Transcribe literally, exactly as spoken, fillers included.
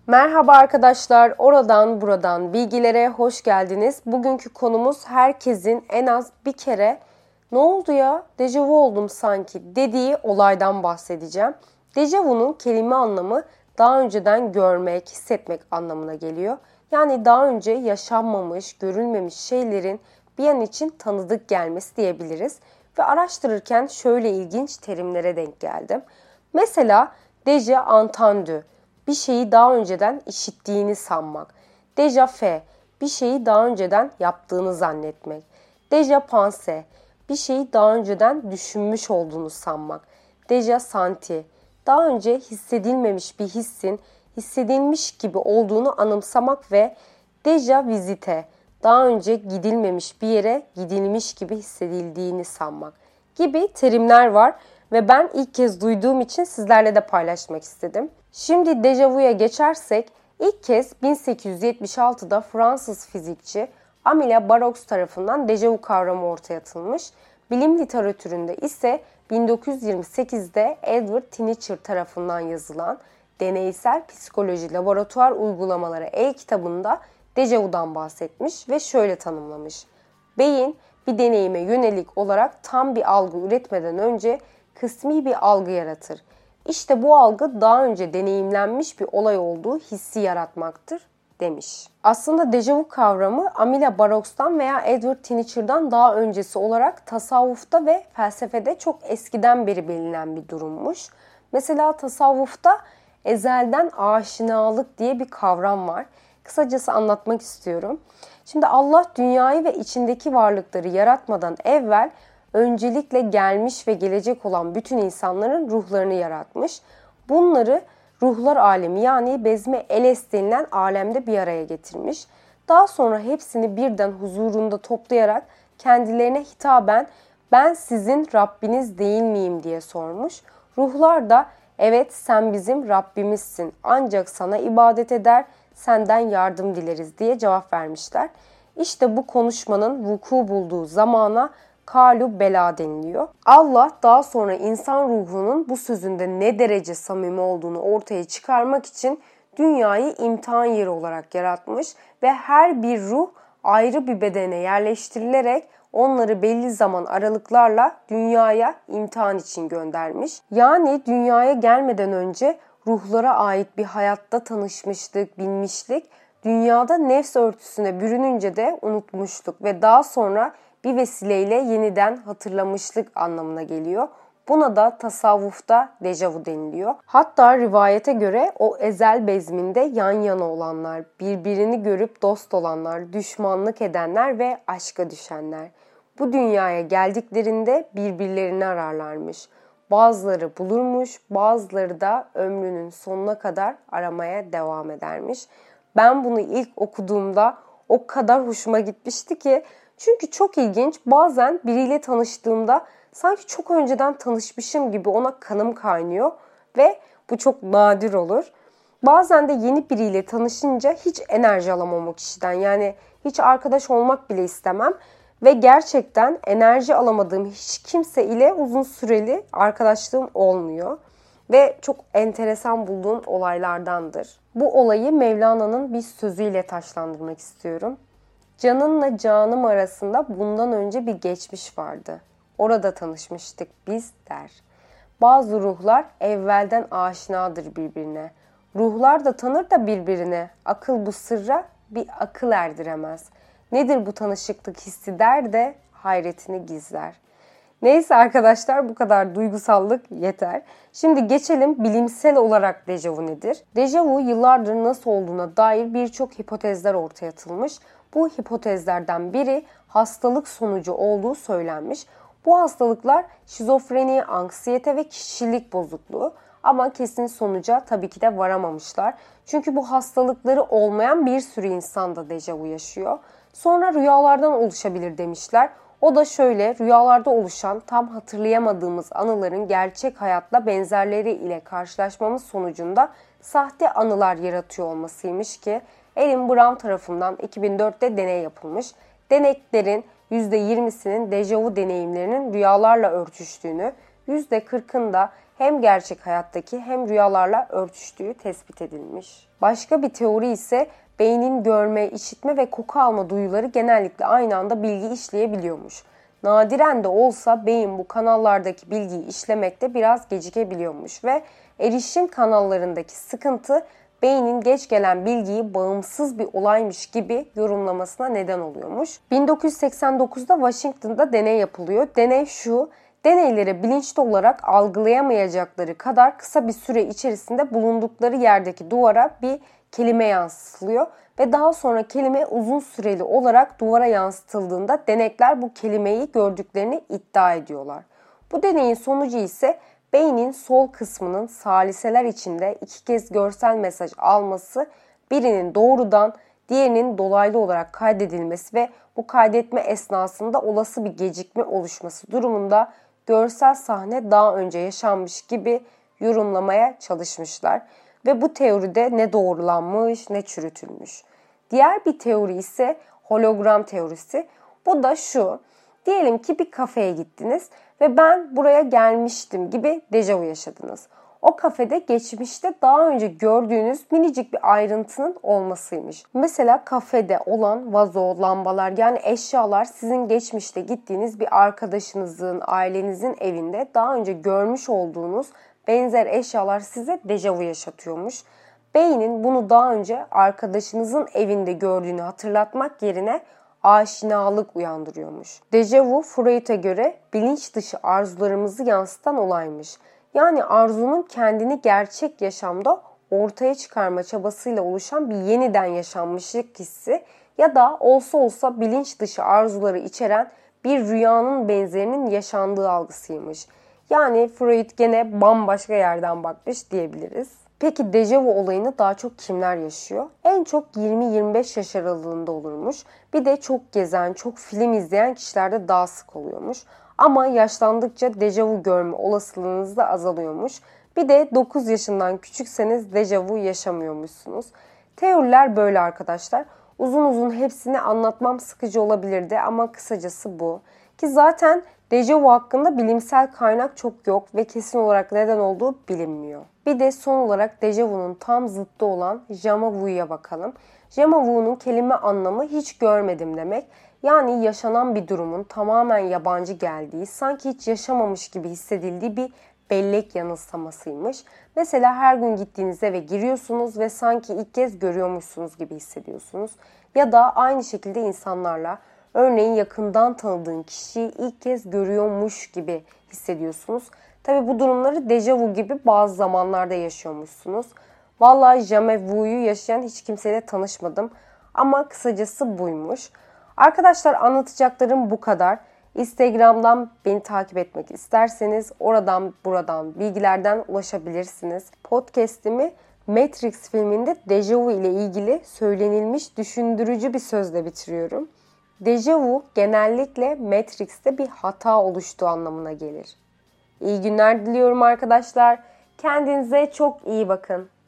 Merhaba arkadaşlar, oradan buradan bilgilere hoş geldiniz. Bugünkü konumuz herkesin en az bir kere "ne oldu ya, dejavu oldum sanki" dediği olaydan bahsedeceğim. Dejavu'nun kelime anlamı daha önceden görmek, hissetmek anlamına geliyor. Yani daha önce yaşanmamış, görülmemiş şeylerin bir an için tanıdık gelmesi diyebiliriz. Ve araştırırken şöyle ilginç terimlere denk geldim. Mesela déjà entendu, bir şeyi daha önceden işittiğini sanmak. Déjà fait, bir şeyi daha önceden yaptığını zannetmek. Déjà pensé, bir şeyi daha önceden düşünmüş olduğunu sanmak. Déjà senti, daha önce hissedilmemiş bir hissin hissedilmiş gibi olduğunu anımsamak ve déjà visite, daha önce gidilmemiş bir yere gidilmiş gibi hissedildiğini sanmak gibi terimler var ve ben ilk kez duyduğum için sizlerle de paylaşmak istedim. Şimdi dejavuya geçersek, ilk kez bin sekiz yüz yetmiş altıda Fransız fizikçi Amelia Barrois tarafından dejavu kavramı ortaya atılmış. Bilim literatüründe ise bin dokuz yüz yirmi sekizde Edward Tenicher tarafından yazılan Deneysel Psikoloji Laboratuvar Uygulamaları e-kitabında dejavudan bahsetmiş ve şöyle tanımlamış. Beyin bir deneyime yönelik olarak tam bir algı üretmeden önce kısmi bir algı yaratır. İşte bu algı daha önce deneyimlenmiş bir olay olduğu hissi yaratmaktır demiş. Aslında dejavu kavramı Amelia Barrois'tan veya Edward Tenicher'dan daha öncesi olarak tasavvufta ve felsefede çok eskiden beri bilinen bir durummuş. Mesela tasavvufta ezelden aşinalık diye bir kavram var. Kısacası anlatmak istiyorum. Şimdi Allah dünyayı ve içindeki varlıkları yaratmadan evvel öncelikle gelmiş ve gelecek olan bütün insanların ruhlarını yaratmış. Bunları ruhlar alemi yani Bezme Eles denilen alemde bir araya getirmiş. Daha sonra hepsini birden huzurunda toplayarak kendilerine hitaben "ben sizin Rabbiniz değil miyim?" diye sormuş. Ruhlar da "evet, sen bizim Rabbimizsin, ancak sana ibadet eder, senden yardım dileriz" diye cevap vermişler. İşte bu konuşmanın vuku bulduğu zamana Kalu Bela deniliyor. Allah daha sonra insan ruhunun bu sözünde ne derece samimi olduğunu ortaya çıkarmak için dünyayı imtihan yeri olarak yaratmış ve her bir ruh ayrı bir bedene yerleştirilerek onları belli zaman aralıklarla dünyaya imtihan için göndermiş. Yani dünyaya gelmeden önce ruhlara ait bir hayatta tanışmışlık, bilmişlik, dünyada nefs örtüsüne bürününce de unutmuşluk ve daha sonra bir vesileyle yeniden hatırlamışlık anlamına geliyor. Buna da tasavvufta dejavu deniliyor. Hatta rivayete göre o ezel bezminde yan yana olanlar, birbirini görüp dost olanlar, düşmanlık edenler ve aşka düşenler bu dünyaya geldiklerinde birbirlerini ararlarmış. Bazıları bulurmuş, bazıları da ömrünün sonuna kadar aramaya devam edermiş. Ben bunu ilk okuduğumda o kadar hoşuma gitmişti ki, çünkü çok ilginç, bazen biriyle tanıştığımda sanki çok önceden tanışmışım gibi ona kanım kaynıyor ve bu çok nadir olur. Bazen de yeni biriyle tanışınca hiç enerji alamam o kişiden, yani hiç arkadaş olmak bile istemem ve gerçekten enerji alamadığım hiç kimse ile uzun süreli arkadaşlığım olmuyor ve çok enteresan bulduğum olaylardandır. Bu olayı Mevlana'nın bir sözüyle taşlandırmak istiyorum. "Canınla canım arasında bundan önce bir geçmiş vardı. Orada tanışmıştık biz" der. Bazı ruhlar evvelden aşinadır birbirine. Ruhlar da tanır da birbirine. Akıl bu sırra bir akıl erdiremez. Nedir bu tanışıklık hissi der de hayretini gizler. Neyse arkadaşlar, bu kadar duygusallık yeter. Şimdi geçelim bilimsel olarak dejavu nedir? Dejavu yıllardır nasıl olduğuna dair birçok hipotezler ortaya atılmış. Bu hipotezlerden biri hastalık sonucu olduğu söylenmiş. Bu hastalıklar şizofreni, anksiyete ve kişilik bozukluğu. Ama kesin sonuca tabii ki de varamamışlar. Çünkü bu hastalıkları olmayan bir sürü insan da dejavu yaşıyor. Sonra rüyalardan oluşabilir demişler. O da şöyle: rüyalarda oluşan tam hatırlayamadığımız anıların gerçek hayatla benzerleri ile karşılaşmamız sonucunda sahte anılar yaratıyor olmasıymış ki Alan Brown tarafından iki bin dörtte deney yapılmış. Deneklerin yüzde yirmisinin dejavu deneyimlerinin rüyalarla örtüştüğünü, yüzde kırkında hem gerçek hayattaki hem rüyalarla örtüştüğü tespit edilmiş. Başka bir teori ise beynin görme, işitme ve koku alma duyuları genellikle aynı anda bilgi işleyebiliyormuş. Nadiren de olsa beyin bu kanallardaki bilgiyi işlemekte biraz gecikebiliyormuş ve erişim kanallarındaki sıkıntı beynin geç gelen bilgiyi bağımsız bir olaymış gibi yorumlamasına neden oluyormuş. bin dokuz yüz seksen dokuzda Washington'da deney yapılıyor. Deney şu: deneyleri bilinçli olarak algılayamayacakları kadar kısa bir süre içerisinde bulundukları yerdeki duvara bir kelime yansıtılıyor ve daha sonra kelime uzun süreli olarak duvara yansıtıldığında denekler bu kelimeyi gördüklerini iddia ediyorlar. Bu deneyin sonucu ise beynin sol kısmının saliseler içinde iki kez görsel mesaj alması, birinin doğrudan diğerinin dolaylı olarak kaydedilmesi ve bu kaydetme esnasında olası bir gecikme oluşması durumunda görsel sahne daha önce yaşanmış gibi yorumlamaya çalışmışlar. Ve bu teoride ne doğrulanmış ne çürütülmüş. Diğer bir teori ise hologram teorisi. Bu da şu: diyelim ki bir kafeye gittiniz ve ben buraya gelmiştim gibi dejavu yaşadınız. O kafede geçmişte daha önce gördüğünüz minicik bir ayrıntının olmasıymış. Mesela kafede olan vazo, lambalar, yani eşyalar sizin geçmişte gittiğiniz bir arkadaşınızın, ailenizin evinde daha önce görmüş olduğunuz benzer eşyalar size dejavu yaşatıyormuş. Beynin bunu daha önce arkadaşınızın evinde gördüğünü hatırlatmak yerine aşinalık uyandırıyormuş. Dejavu, Freud'a göre bilinç dışı arzularımızı yansıtan olaymış. Yani arzunun kendini gerçek yaşamda ortaya çıkarma çabasıyla oluşan bir yeniden yaşanmışlık hissi ya da olsa olsa bilinç dışı arzuları içeren bir rüyanın benzerinin yaşandığı algısıymış. Yani Freud gene bambaşka yerden bakmış diyebiliriz. Peki dejavu olayını daha çok kimler yaşıyor? En çok yirmi yirmi beş yaş aralığında olurmuş. Bir de çok gezen, çok film izleyen kişilerde daha sık oluyormuş. Ama yaşlandıkça dejavu görme olasılığınız da azalıyormuş. Bir de dokuz yaşından küçükseniz dejavu yaşamıyormuşsunuz. Teoriler böyle arkadaşlar. Uzun uzun hepsini anlatmam sıkıcı olabilirdi ama kısacası bu. Ki zaten dejavu hakkında bilimsel kaynak çok yok ve kesin olarak neden olduğu bilinmiyor. Bir de son olarak dejavunun tam zıttı olan déjà vu'ya bakalım. Déjà vu'nun kelime anlamı hiç görmedim demek. Yani yaşanan bir durumun tamamen yabancı geldiği, sanki hiç yaşamamış gibi hissedildiği bir bellek yanılsamasıymış. Mesela her gün gittiğiniz eve giriyorsunuz ve sanki ilk kez görüyormuşsunuz gibi hissediyorsunuz. Ya da aynı şekilde insanlarla, örneğin yakından tanıdığın kişiyi ilk kez görüyormuş gibi hissediyorsunuz. Tabi bu durumları dejavu gibi bazı zamanlarda yaşıyormuşsunuz. Vallahi déjà vu'yu yaşayan hiç kimseyle tanışmadım ama kısacası buymuş. Arkadaşlar, anlatacaklarım bu kadar. Instagram'dan beni takip etmek isterseniz oradan buradan bilgilerden ulaşabilirsiniz. Podcast'imi Matrix filminde dejavu ile ilgili söylenilmiş düşündürücü bir sözle bitiriyorum. Dejavu genellikle Matrix'te bir hata oluştuğu anlamına gelir. İyi günler diliyorum arkadaşlar. Kendinize çok iyi bakın.